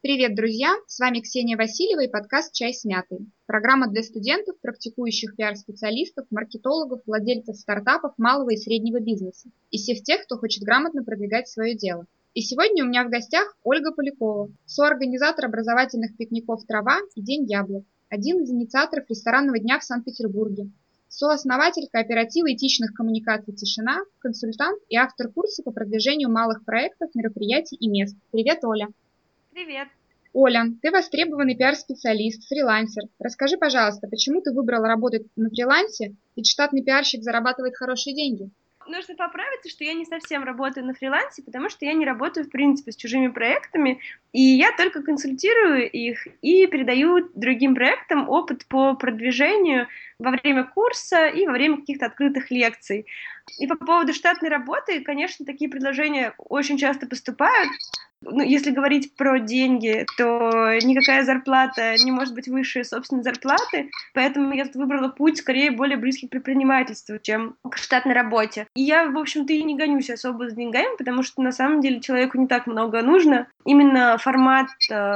Привет, друзья! С вами Ксения Васильева и подкаст «Чай с мятой». Программа для студентов, практикующих пиар-специалистов, маркетологов, владельцев стартапов, малого и среднего бизнеса и всех тех, кто хочет грамотно продвигать свое дело. И сегодня у меня в гостях Ольга Полякова, соорганизатор образовательных пикников «Трава» и «День яблок», один из инициаторов ресторанного дня в Санкт-Петербурге, сооснователь кооператива этичных коммуникаций «Тишина», консультант и автор курса по продвижению малых проектов, мероприятий и мест. Привет, Оля! Привет! Оля, ты востребованный пиар-специалист, фрилансер. Расскажи, пожалуйста, почему ты выбрала работать на фрилансе, ведь штатный пиарщик зарабатывает хорошие деньги? Нужно поправиться, что я не совсем работаю на фрилансе, потому что я не работаю, в принципе, с чужими проектами, и я только консультирую их и передаю другим проектам опыт по продвижению во время курса и во время каких-то открытых лекций. И по поводу штатной работы, конечно, такие предложения очень часто поступают. Если говорить про деньги, то никакая зарплата не может быть выше собственной зарплаты, поэтому я выбрала путь скорее более близкий к предпринимательству, чем к штатной работе. И я, в общем-то, и не гонюсь особо за деньгами, потому что на самом деле человеку не так много нужно. Именно формат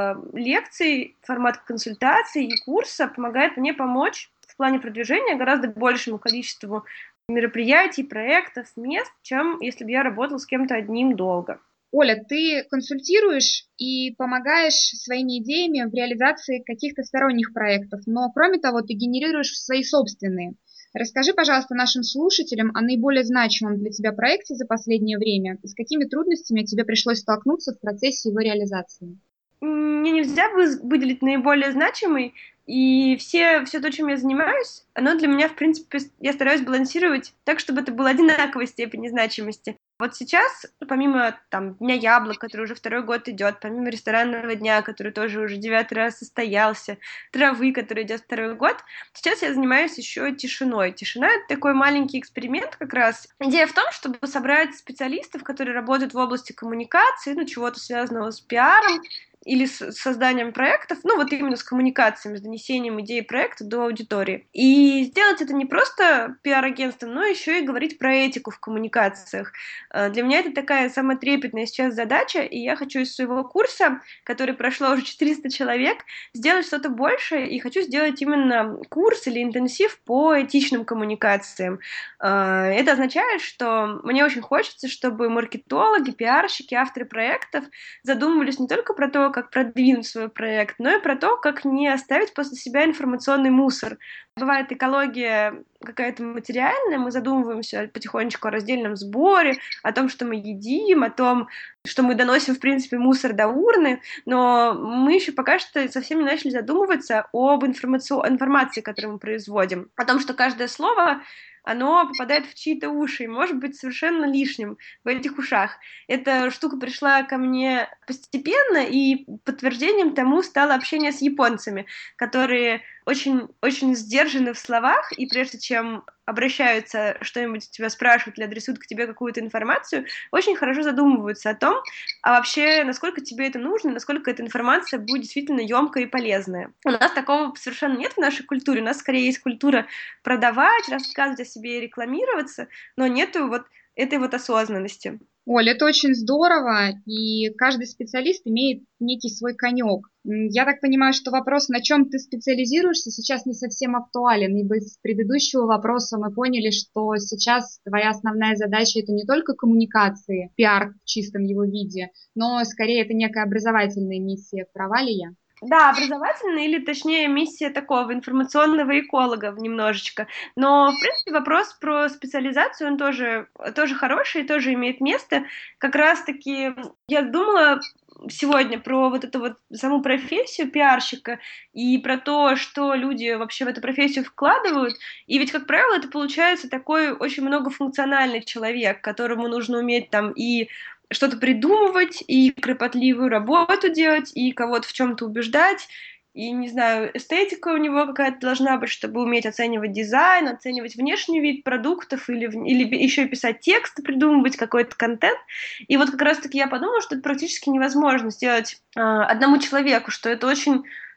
лекций, формат консультаций и курса помогает мне помочь в плане продвижения гораздо большему количеству мероприятий, проектов, мест, чем если бы я работала с кем-то одним долго. Оля, ты консультируешь и помогаешь своими идеями в реализации каких-то сторонних проектов, но кроме того, ты генерируешь свои собственные. Расскажи, пожалуйста, нашим слушателям о наиболее значимом для тебя проекте за последнее время и с какими трудностями тебе пришлось столкнуться в процессе его реализации. Мне нельзя выделить наиболее значимый, и все то, чем я занимаюсь, оно для меня, в принципе, я стараюсь балансировать так, чтобы это было одинаковой степени значимости. Вот сейчас, помимо Дня яблок, который уже второй год идет, помимо ресторанного дня, который тоже уже 9-й раз состоялся, травы, который идет второй год, сейчас я занимаюсь еще тишиной. Тишина — это такой маленький эксперимент как раз. Идея в том, чтобы собрать специалистов, которые работают в области коммуникации, чего-то связанного с пиаром, или с созданием проектов, вот именно с коммуникациями, с донесением идеи проекта до аудитории. И сделать это не просто пиар-агентством, но еще и говорить про этику в коммуникациях. Для меня это такая самая трепетная сейчас задача, и я хочу из своего курса, который прошло уже 400 человек, сделать что-то большее, и хочу сделать именно курс или интенсив по этичным коммуникациям. Это означает, что мне очень хочется, чтобы маркетологи, пиарщики, авторы проектов задумывались не только про то, как продвинуть свой проект, но и про то, как не оставить после себя информационный мусор. Бывает экология какая-то материальная, мы задумываемся потихонечку о раздельном сборе, о том, что мы едим, о том, что мы доносим, в принципе, мусор до урны, но мы еще пока что совсем не начали задумываться об информации, которую мы производим, о том, что каждое слово оно попадает в чьи-то уши и может быть совершенно лишним в этих ушах. Эта штука пришла ко мне постепенно, и подтверждением тому стало общение с японцами, которые очень сдержаны в словах, и прежде чем обращаются, что-нибудь тебя спрашивают или адресуют к тебе какую-то информацию, очень хорошо задумываются о том, а вообще, насколько тебе это нужно, насколько эта информация будет действительно емкая и полезная. У нас такого совершенно нет в нашей культуре, у нас скорее есть культура продавать, рассказывать о себе и рекламироваться, но нету этой осознанности. Оля, это очень здорово, и каждый специалист имеет некий свой конек. Я так понимаю, что вопрос, на чем ты специализируешься, сейчас не совсем актуален, ибо из предыдущего вопроса мы поняли, что сейчас твоя основная задача — это не только коммуникации, пиар в чистом его виде, но скорее это некая образовательная миссия. Права ли я? Да, образовательная, или точнее миссия такого информационного эколога немножечко. Но, в принципе, вопрос про специализацию, он тоже хороший, тоже имеет место. Как раз-таки я думала сегодня про эту саму профессию пиарщика и про то, что люди вообще в эту профессию вкладывают. И ведь, как правило, это получается такой очень многофункциональный человек, которому нужно уметь и что-то придумывать, и кропотливую работу делать, и кого-то в чем-то убеждать, и, не знаю, эстетика у него какая-то должна быть, чтобы уметь оценивать дизайн, оценивать внешний вид продуктов, или еще и писать тексты, придумывать какой-то контент. И как раз-таки я подумала, что это практически невозможно сделать одному человеку, что это очень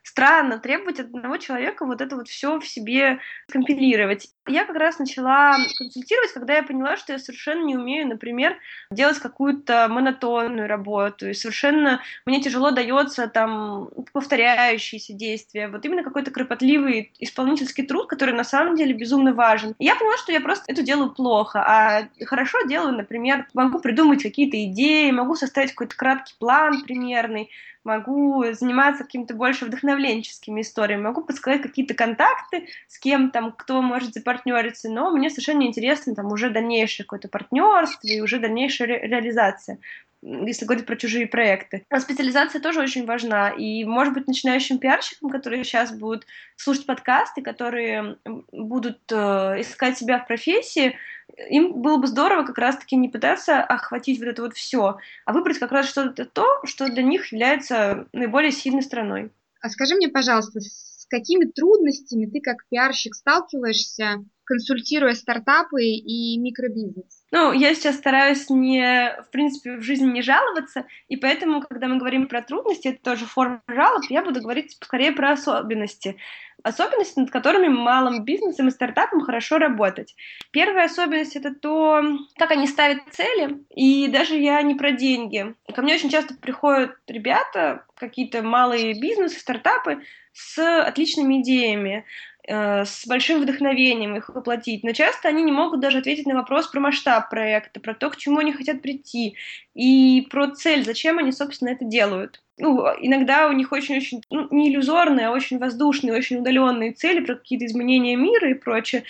странно требовать от одного человека вот это вот все в себе компилировать. Я как раз начала консультировать, когда я поняла, что я совершенно не умею, например, делать какую-то монотонную работу, и совершенно мне тяжело дается там повторяющиеся действия, вот именно какой-то кропотливый исполнительский труд, который на самом деле безумно важен. И я поняла, что я просто это делаю плохо, а хорошо делаю, например, могу придумать какие-то идеи, могу составить какой-то краткий план примерный, могу заниматься какими-то больше вдохновленческими историями, могу подсказать какие-то контакты, с кем там, кто может запартнериться, но мне совершенно не интересно там уже дальнейшее какое-то партнерство и уже дальнейшая реализация, если говорить про чужие проекты. А специализация тоже очень важна, и, может быть, начинающим пиарщикам, которые сейчас будут слушать подкасты, которые будут искать себя в профессии, им было бы здорово как раз-таки не пытаться охватить вот это вот все, а выбрать как раз что-то то, что для них является наиболее сильной стороной. А скажи мне, пожалуйста, с какими трудностями ты как пиарщик сталкиваешься, консультируя стартапы и микробизнес? Ну, я сейчас стараюсь в принципе, в жизни не жаловаться, и поэтому, когда мы говорим про трудности, это тоже форма жалоб, я буду говорить скорее про особенности. Особенности, над которыми малым бизнесом и стартапам хорошо работать. Первая особенность — это то, как они ставят цели, и даже я не про деньги. Ко мне очень часто приходят ребята, какие-то малые бизнесы, стартапы с отличными идеями, с большим вдохновением их воплотить, но часто они не могут даже ответить на вопрос про масштаб проекта, про то, к чему они хотят прийти, и про цель, зачем они, собственно, это делают. Ну, иногда у них очень-очень, не иллюзорные, а очень воздушные, очень удаленные цели про какие-то изменения мира и прочее.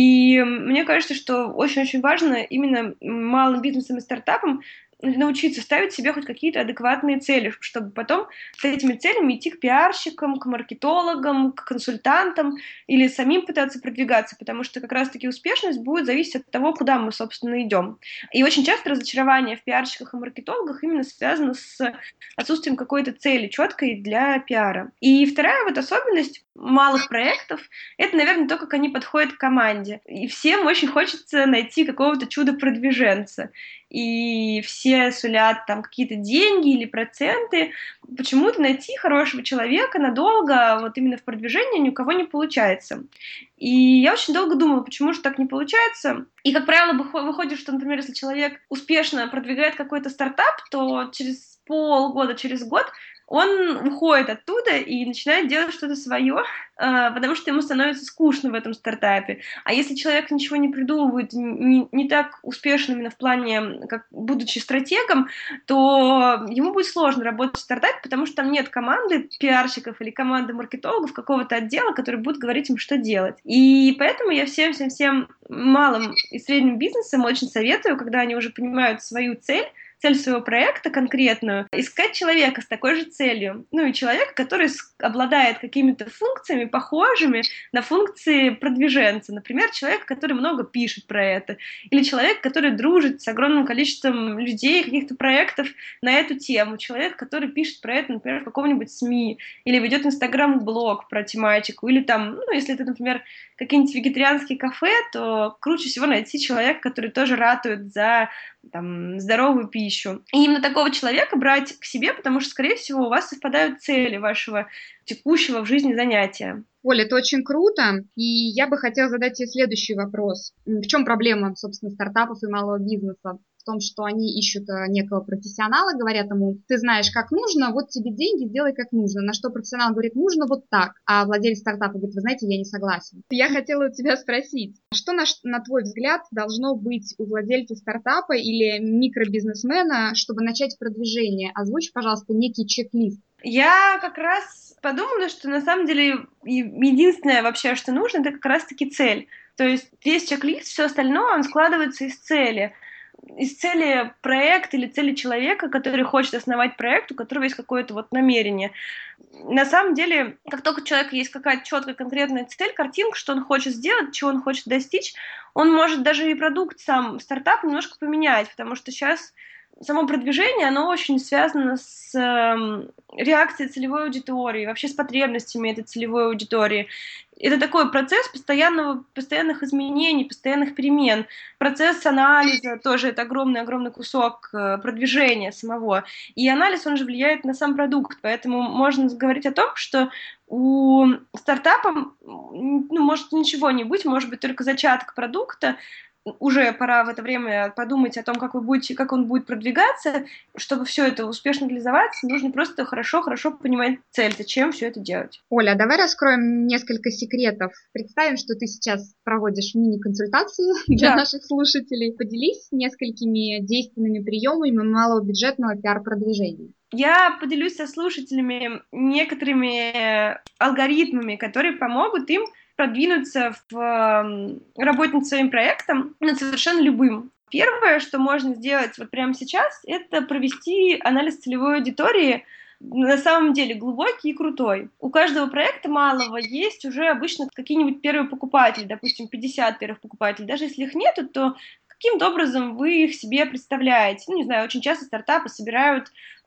И мне кажется, что очень-очень важно именно малым бизнесам и стартапам научиться ставить себе хоть какие-то адекватные цели, чтобы потом с этими целями идти к пиарщикам, к маркетологам, к консультантам или самим пытаться продвигаться, потому что как раз-таки успешность будет зависеть от того, куда мы, собственно, идем. И очень часто разочарование в пиарщиках и маркетологах именно связано с отсутствием какой-то цели четкой для пиара. И вторая вот особенность малых проектов — это, наверное, то, как они подходят к команде. И всем очень хочется найти какого-то чудо-продвиженца. И все сулят там какие-то деньги или проценты. Почему-то найти хорошего человека надолго, вот именно в продвижении, ни у кого не получается. И я очень долго думала, почему же так не получается. И, как правило, выходит, что, например, если человек успешно продвигает какой-то стартап, то через полгода, через год он уходит оттуда и начинает делать что-то свое, потому что ему становится скучно в этом стартапе. А если человек ничего не придумывает, не так успешно именно в плане, как будучи стратегом, то ему будет сложно работать в стартапе, потому что там нет команды пиарщиков или команды маркетологов, какого-то отдела, который будет говорить им, что делать. И поэтому я всем малым и средним бизнесам очень советую, когда они уже понимают свою цель своего проекта конкретную, искать человека с такой же целью. Ну и человека, который обладает какими-то функциями, похожими на функции продвиженца. Например, человек, который много пишет про это. Или человек, который дружит с огромным количеством людей, каких-то проектов на эту тему. Человек, который пишет про это, например, в каком-нибудь СМИ. Или ведет инстаграм-блог про тематику. Или там, ну, если это, например, какие-нибудь вегетарианские кафе, то круче всего найти человека, который тоже ратует за там, здоровую пищу. И именно такого человека брать к себе, потому что, скорее всего, у вас совпадают цели вашего текущего в жизни занятия. Оля, это очень круто, и я бы хотела задать тебе следующий вопрос. В чем проблема, собственно, стартапов и малого бизнеса? В том, что они ищут некого профессионала, говорят ему, ты знаешь, как нужно, вот тебе деньги, сделай как нужно. На что профессионал говорит, нужно вот так. А владелец стартапа говорит, вы знаете, я не согласен. Я хотела у тебя спросить, что, на твой взгляд, должно быть у владельца стартапа или микробизнесмена, чтобы начать продвижение? Озвучь, пожалуйста, некий чек-лист. Я как раз подумала, что на самом деле единственное вообще, что нужно, это как раз-таки цель. То есть весь чек-лист, все остальное, он складывается из цели. Из цели проекта или цели человека, который хочет основать проект, у которого есть какое-то вот намерение. На самом деле, как только у человека есть какая-то четкая конкретная цель, картинка, что он хочет сделать, чего он хочет достичь, он может даже и продукт сам, стартап немножко поменять, потому что сейчас само продвижение, оно очень связано с реакцией целевой аудитории, вообще с потребностями этой целевой аудитории. Это такой процесс постоянных изменений, постоянных перемен. Процесс анализа тоже это огромный кусок продвижения самого. И анализ, он же влияет на сам продукт, поэтому можно говорить о том, что у стартапа может ничего не быть, может быть только зачаток продукта. Уже пора в это время подумать о том, как он будет продвигаться. Чтобы все это успешно реализовать, нужно просто хорошо понимать цель, зачем все это делать. Оля, давай раскроем несколько секретов. Представим, что ты сейчас проводишь мини-консультацию для наших слушателей. Поделись несколькими действенными приемами малого бюджетного пиар-продвижения. Я поделюсь со слушателями некоторыми алгоритмами, которые помогут им продвинуться в работе над своим проектом, над совершенно любым. Первое, что можно сделать вот прямо сейчас, это провести анализ целевой аудитории, на самом деле глубокий и крутой. У каждого проекта малого есть уже обычно какие-нибудь первые покупатели, допустим, 50 первых покупателей. Даже если их нету, то каким-то образом вы их себе представляете. Ну, не знаю, очень часто стартапы собирают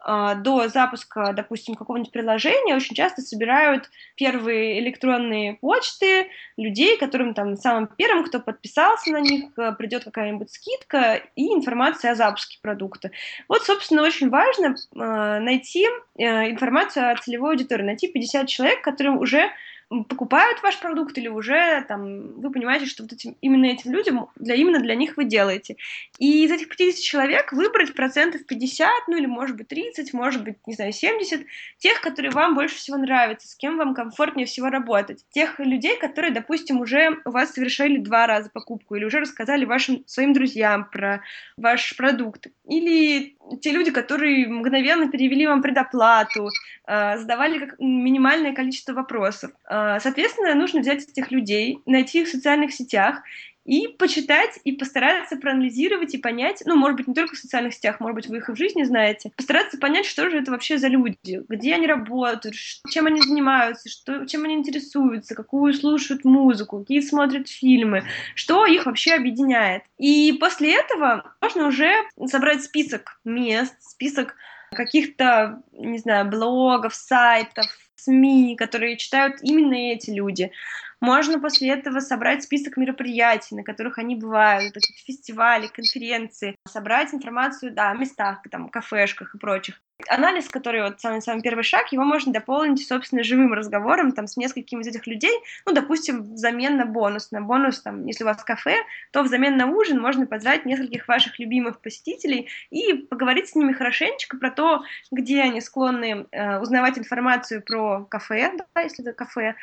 до запуска, допустим, какого-нибудь приложения, очень часто собирают первые электронные почты людей, которым там самым первым, кто подписался на них, придет какая-нибудь скидка и информация о запуске продукта. Вот, собственно, очень важно найти информацию о целевой аудитории, найти 50 человек, которым уже покупают ваш продукт или уже там вы понимаете, что вот именно этим людям, именно для них вы делаете. И из этих 50 человек выбрать процентов 50, ну или может быть 30, может быть, не знаю, 70, тех, которые вам больше всего нравятся, с кем вам комфортнее всего работать. Тех людей, которые, допустим, уже у вас совершили 2 раза покупку или уже рассказали своим друзьям про ваш продукт. Или те люди, которые мгновенно перевели вам предоплату, задавали минимальное количество вопросов. Соответственно, нужно взять этих людей, найти их в социальных сетях и почитать, и постараться проанализировать и понять, ну, может быть, не только в социальных сетях, может быть, вы их и в жизни знаете, постараться понять, что же это вообще за люди, где они работают, чем они занимаются, чем они интересуются, какую слушают музыку, какие смотрят фильмы, что их вообще объединяет. И после этого можно уже собрать список мест, список каких-то, не знаю, блогов, сайтов, СМИ, которые читают именно эти люди. Можно после этого собрать список мероприятий, на которых они бывают, фестивали, конференции, собрать информацию, да, о местах, там, кафешках и прочих. Анализ, который вот самый первый шаг, его можно дополнить, собственно, живым разговором там, с несколькими из этих людей, ну, допустим, взамен на бонус. На бонус, там, если у вас кафе, то взамен на ужин можно позвать нескольких ваших любимых посетителей и поговорить с ними хорошенечко про то, где они склонны узнавать информацию про кафе, да, если это кафе,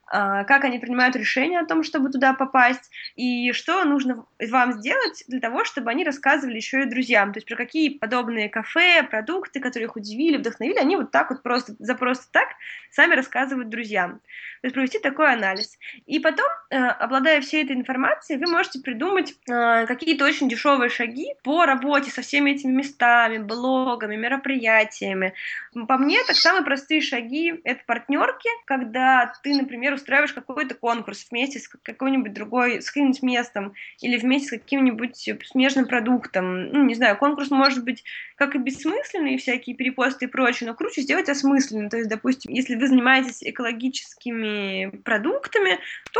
как они принимают решения о том, чтобы туда попасть, и что нужно вам сделать для того, чтобы они рассказывали еще и друзьям, то есть про какие подобные кафе, продукты, которые их удивили, вдохновили, они вот так вот просто так сами рассказывают друзьям. То есть провести такой анализ. И потом, обладая всей этой информацией, вы можете придумать какие-то очень дешевые шаги по работе со всеми этими местами, блогами, мероприятиями. По мне, так самые простые шаги — это партнерки, когда ты, например, устраиваешь какой-то конкурс вместе с какой-нибудь с каким-нибудь местом или вместе с каким-нибудь смежным продуктом. Ну, не знаю, конкурс может быть как и бессмысленный, всякие перепосты и прочее, но круче сделать осмысленно. То есть, допустим, если вы занимаетесь экологическими продуктами, то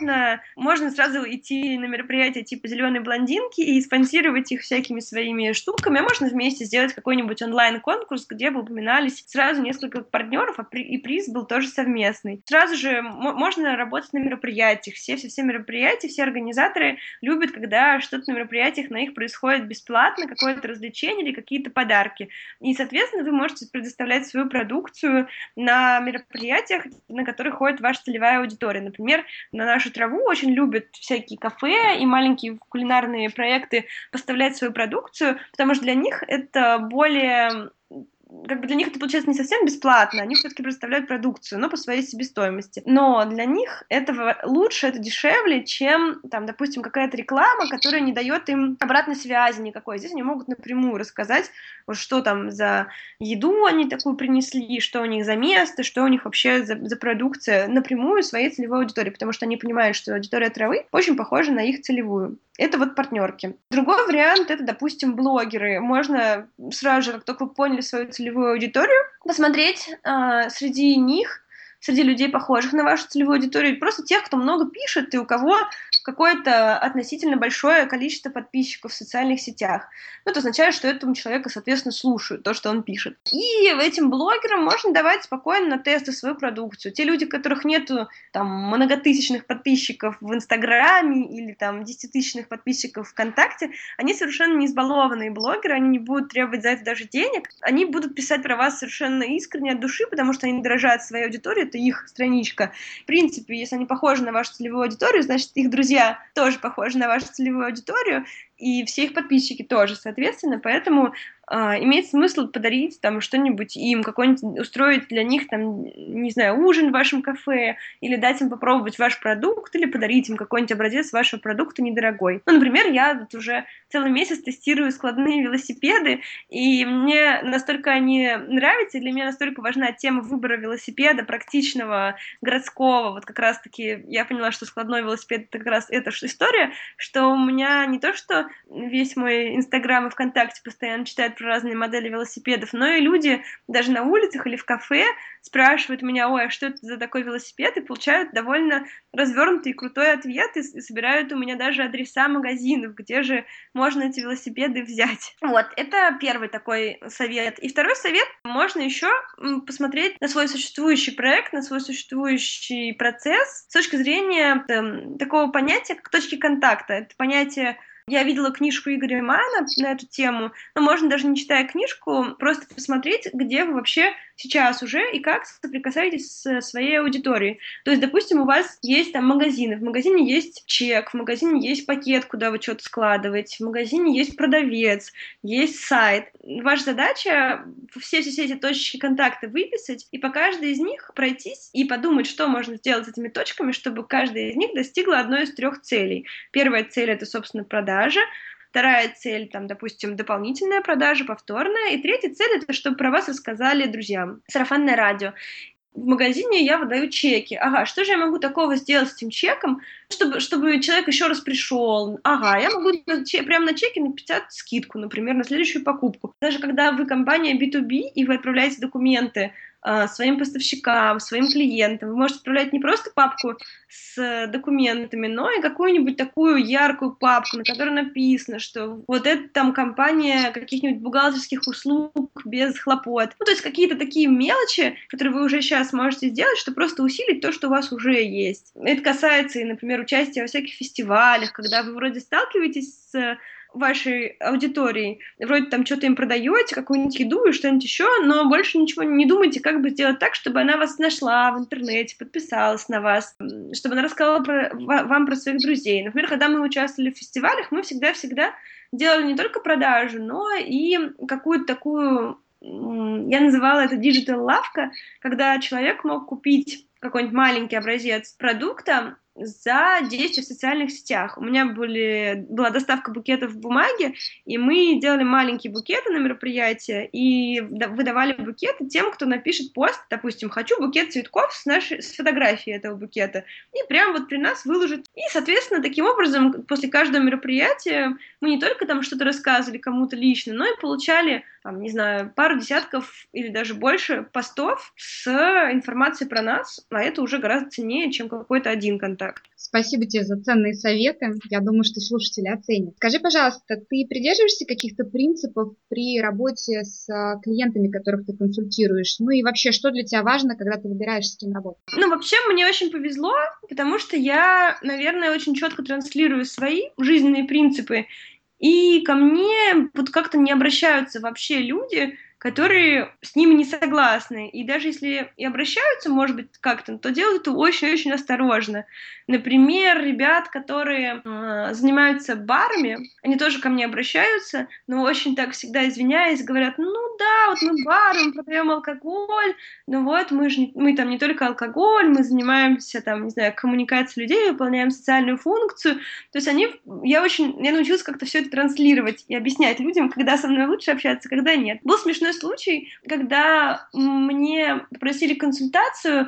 можно сразу идти на мероприятие типа «Зеленой блондинки» и спонсировать их всякими своими штуками, а можно вместе сделать какой-нибудь онлайн-конкурс, где бы упоминались сразу несколько партнеров, и приз был тоже совместный. Сразу же можно работать на мероприятиях. Все мероприятия, все организаторы любят, когда что-то на мероприятиях на них происходит бесплатно, какое-то развлечение или какие-то подарки. И, соответственно, вы можете предоставлять свою продукцию на мероприятиях, на которые ходит ваша целевая аудитория. Например, на нашу траву очень любят всякие кафе и маленькие кулинарные проекты поставлять свою продукцию, потому что для них это более как бы для них это получается не совсем бесплатно, они все-таки представляют продукцию, но по своей себестоимости. Но для них это лучше, это дешевле, чем, там, допустим, какая-то реклама, которая не дает им обратной связи никакой. Здесь они могут напрямую рассказать, вот что там за еду они такую принесли, что у них за место, что у них вообще за продукция напрямую своей целевой аудитории, потому что они понимают, что аудитория травы очень похожа на их целевую. Это вот партнерки. Другой вариант — это, допустим, блогеры. Можно сразу же, как только вы поняли свою целевую аудиторию, посмотреть среди них, среди людей, похожих на вашу целевую аудиторию, просто тех, кто много пишет и у кого какое-то относительно большое количество подписчиков в социальных сетях. Это означает, что этому человеку, соответственно, слушают то, что он пишет. И этим блогерам можно давать спокойно на тесты свою продукцию. Те люди, у которых нету там многотысячных подписчиков в Инстаграме или там 10-тысячных подписчиков ВКонтакте, они совершенно не избалованные блогеры, они не будут требовать за это даже денег, они будут писать про вас совершенно искренне от души, потому что они дорожат своей аудиторией, это их страничка. В принципе, если они похожи на вашу целевую аудиторию, значит, их друзья тоже похожи на вашу целевую аудиторию, и все их подписчики тоже, соответственно, поэтому имеет смысл подарить там что-нибудь им, какой-нибудь устроить для них там, не знаю, ужин в вашем кафе, или дать им попробовать ваш продукт, или подарить им какой-нибудь образец вашего продукта недорогой. Ну, например, я тут уже целый месяц тестирую складные велосипеды, и мне настолько они нравятся, и для меня настолько важна тема выбора велосипеда, практичного, городского, вот как раз-таки я поняла, что складной велосипед — это как раз эта история, что у меня не то, что весь мой Инстаграм и ВКонтакте постоянно читают про разные модели велосипедов, но и люди даже на улицах или в кафе спрашивают меня: ой, а что это за такой велосипед, и получают довольно развернутый и крутой ответ, и собирают у меня даже адреса магазинов, где же можно эти велосипеды взять. Вот, это первый такой совет. И второй совет: можно еще посмотреть на свой существующий проект, на свой существующий процесс с точки зрения такого понятия, как точки контакта. Это понятие. Я видела книжку Игоря Мана на эту тему, но можно даже не читая книжку, просто посмотреть, где вы вообще сейчас уже и как соприкасаетесь с своей аудиторией. То есть, допустим, у вас есть там магазины, в магазине есть чек, в магазине есть пакет, куда вы что-то складываете, в магазине есть продавец, есть сайт. Ваша задача все эти точки контакта выписать и по каждой из них пройтись и подумать, что можно сделать с этими точками, чтобы каждая из них достигла одной из 3 целей. Первая цель — это, собственно, продажа. Вторая цель, там, допустим, дополнительная продажа, повторная. И третья цель — это чтобы про вас рассказали друзьям. Сарафанное радио. В магазине я выдаю чеки. Ага, что же я могу такого сделать с этим чеком, чтобы человек еще раз пришел? Ага, я могу прямо на чеке написать скидку, например, на следующую покупку. Даже когда вы компания B2B и вы отправляете документы своим поставщикам, своим клиентам, вы можете отправлять не просто папку с документами, но и какую-нибудь такую яркую папку, на которой написано, что вот это там компания каких-нибудь бухгалтерских услуг без хлопот. Ну, то есть какие-то такие мелочи, которые вы уже сейчас можете сделать, чтобы просто усилить то, что у вас уже есть. Это касается и, например, участия во всяких фестивалях, когда вы вроде сталкиваетесь с вашей аудиторией, вроде там что-то им продаете, какую-нибудь еду и что-нибудь еще, но больше ничего не думайте, как бы сделать так, чтобы она вас нашла в интернете, подписалась на вас, чтобы она рассказала вам про своих друзей. Например, когда мы участвовали в фестивалях, мы всегда делали не только продажу, но и какую-то такую, я называла это диджитал-лавка, когда человек мог купить какой-нибудь маленький образец продукта за действия в социальных сетях. У меня была доставка букетов в бумаге, и мы делали маленькие букеты на мероприятия и выдавали букеты тем, кто напишет пост, допустим, хочу букет цветков с фотографией этого букета, и прямо вот при нас выложить. И, соответственно, таким образом, после каждого мероприятия мы не только там что-то рассказывали кому-то лично, но и получали, там, не знаю, пару десятков или даже больше постов с информацией про нас, а это уже гораздо ценнее, чем какой-то один контакт. Спасибо тебе за ценные советы. Я думаю, что слушатели оценят. Скажи, пожалуйста, ты придерживаешься каких-то принципов при работе с клиентами, которых ты консультируешь? Ну и вообще, что для тебя важно, когда ты выбираешь, с кем работать? Ну, вообще, мне очень повезло, потому что я, наверное, очень четко транслирую свои жизненные принципы, и ко мне вот как-то не обращаются вообще люди, которые с ними не согласны. И даже если и обращаются, может быть, как-то, то делают это очень-очень осторожно. Например, ребят, которые занимаются барами, они тоже ко мне обращаются, но очень так всегда извиняясь, говорят: ну да, вот мы бары, мы продаем алкоголь, но вот мы там не только алкоголь, мы занимаемся там, не знаю, коммуникацией людей, выполняем социальную функцию. То есть я научилась как-то все это транслировать и объяснять людям, когда со мной лучше общаться, когда нет. Был смешной случай, когда мне попросили консультацию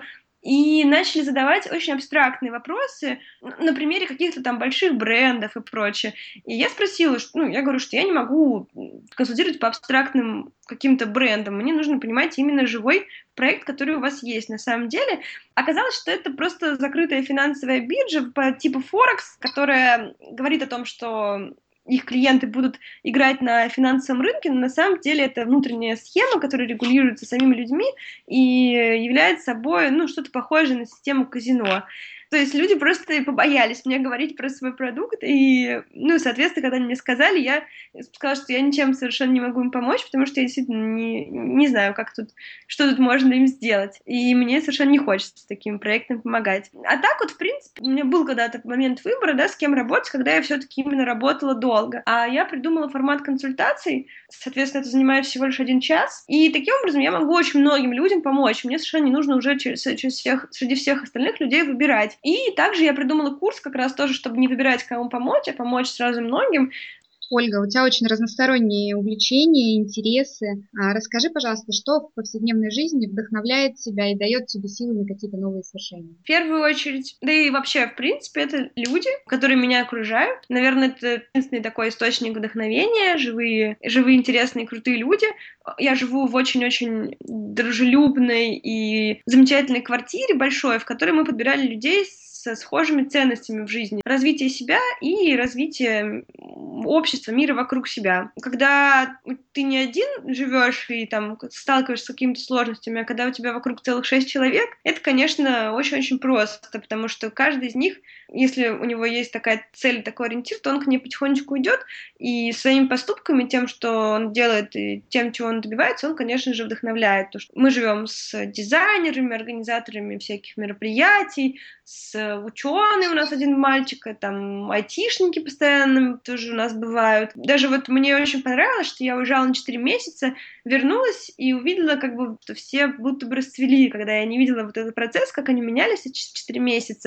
и начали задавать очень абстрактные вопросы на примере каких-то там больших брендов и прочее. И я спросила, я говорю, что я не могу консультировать по абстрактным каким-то брендам, мне нужно понимать именно живой проект, который у вас есть на самом деле. Оказалось, что это просто закрытая финансовая биржа по типу Форекс, которая говорит о том, что их клиенты будут играть на финансовом рынке, но на самом деле это внутренняя схема, которая регулируется самими людьми и является собой, что-то похожее на систему казино. То есть люди просто побоялись мне говорить про свой продукт, и, соответственно, когда они мне сказали, я сказала, что я ничем совершенно не могу им помочь, потому что я действительно не знаю, что тут можно им сделать, и мне совершенно не хочется с таким проектом помогать. А так вот, в принципе, у меня был когда-то момент выбора, с кем работать, когда я все-таки именно работала долго, а я придумала формат консультаций, соответственно, это занимает всего лишь 1 час, и таким образом я могу очень многим людям помочь, мне совершенно не нужно уже среди всех остальных людей выбирать. И также я придумала курс как раз тоже, чтобы не выбирать, кому помочь, а помочь сразу многим. Ольга, у тебя очень разносторонние увлечения, интересы. Расскажи, пожалуйста, что в повседневной жизни вдохновляет тебя и дает тебе силы на какие-то новые свершения? В первую очередь, да и вообще, в принципе, это люди, которые меня окружают. Наверное, это единственный такой источник вдохновения, живые, интересные, крутые люди. Я живу в очень-очень дружелюбной и замечательной квартире большой, в которой мы подбирали людей со схожими ценностями в жизни. Развитие себя и развитие общества, мира вокруг себя. Когда ты не один живешь и там сталкиваешься с какими-то сложностями, а когда у тебя вокруг целых 6 человек, это, конечно, очень-очень просто, потому что каждый из них, если у него есть такая цель, такой ориентир, то он к ней потихонечку идет, и своими поступками, тем, что он делает, и тем, чего он добивается, он, конечно же, вдохновляет. Потому что мы живем с дизайнерами, организаторами всяких мероприятий, с учеными, у нас один мальчик, там айтишники постоянно тоже у нас бывают. Даже вот мне очень понравилось, что я уезжала на 4 месяца, вернулась и увидела, как бы все будто бы расцвели, когда я не видела вот этот процесс, как они менялись эти 4 месяца.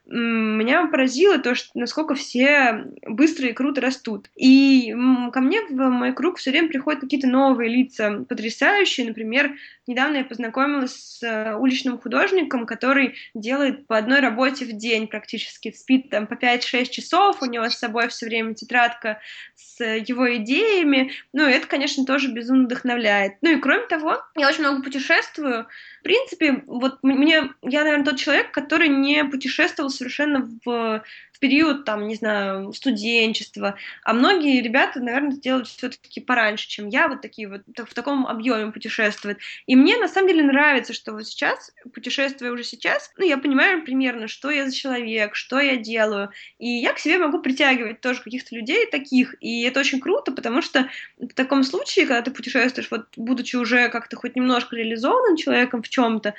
Меня поразило то, насколько все быстро и круто растут. И ко мне в мой круг все время приходят какие-то новые лица, потрясающие. Например, недавно я познакомилась с уличным художником, который делает по одной работе в день практически, спит там по 5-6 часов, у него с собой все время тетрадка с его идеями, это, конечно, тоже безумно вдохновляет. И кроме того, я очень много путешествую. В принципе, вот я, наверное, тот человек, который не путешествовал совершенно в период, там, не знаю, студенчества, а многие ребята, наверное, делают все-таки пораньше, чем я, вот такие вот в таком объеме путешествуют. И мне, на самом деле, нравится, что вот сейчас, путешествуя уже сейчас, я понимаю примерно, что я за человек, что я делаю, и я к себе могу притягивать тоже каких-то людей таких, и это очень круто, потому что в таком случае, когда ты путешествуешь, вот, будучи уже как-то хоть немножко реализованным человеком в чем-то,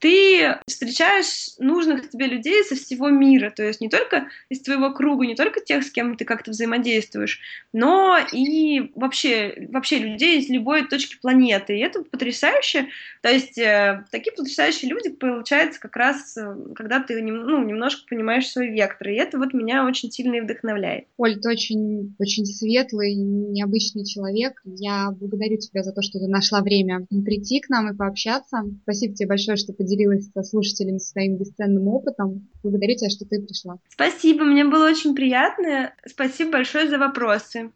ты встречаешь нужных тебе людей со всего мира, то есть не только из твоего круга, не только тех, с кем ты как-то взаимодействуешь, но и вообще людей из любой точки планеты, и это потрясающе, то есть такие потрясающие люди получаются как раз, когда ты немножко понимаешь свой вектор, и это вот меня очень сильно и вдохновляет. Оль, ты очень, очень светлый, необычный человек. Я благодарю тебя за то, что ты нашла время прийти к нам и пообщаться. Спасибо тебе большое, что поделилась со слушателями своим бесценным опытом. Благодарю тебя, что ты пришла. Спасибо, мне было очень приятно. Спасибо большое за вопросы.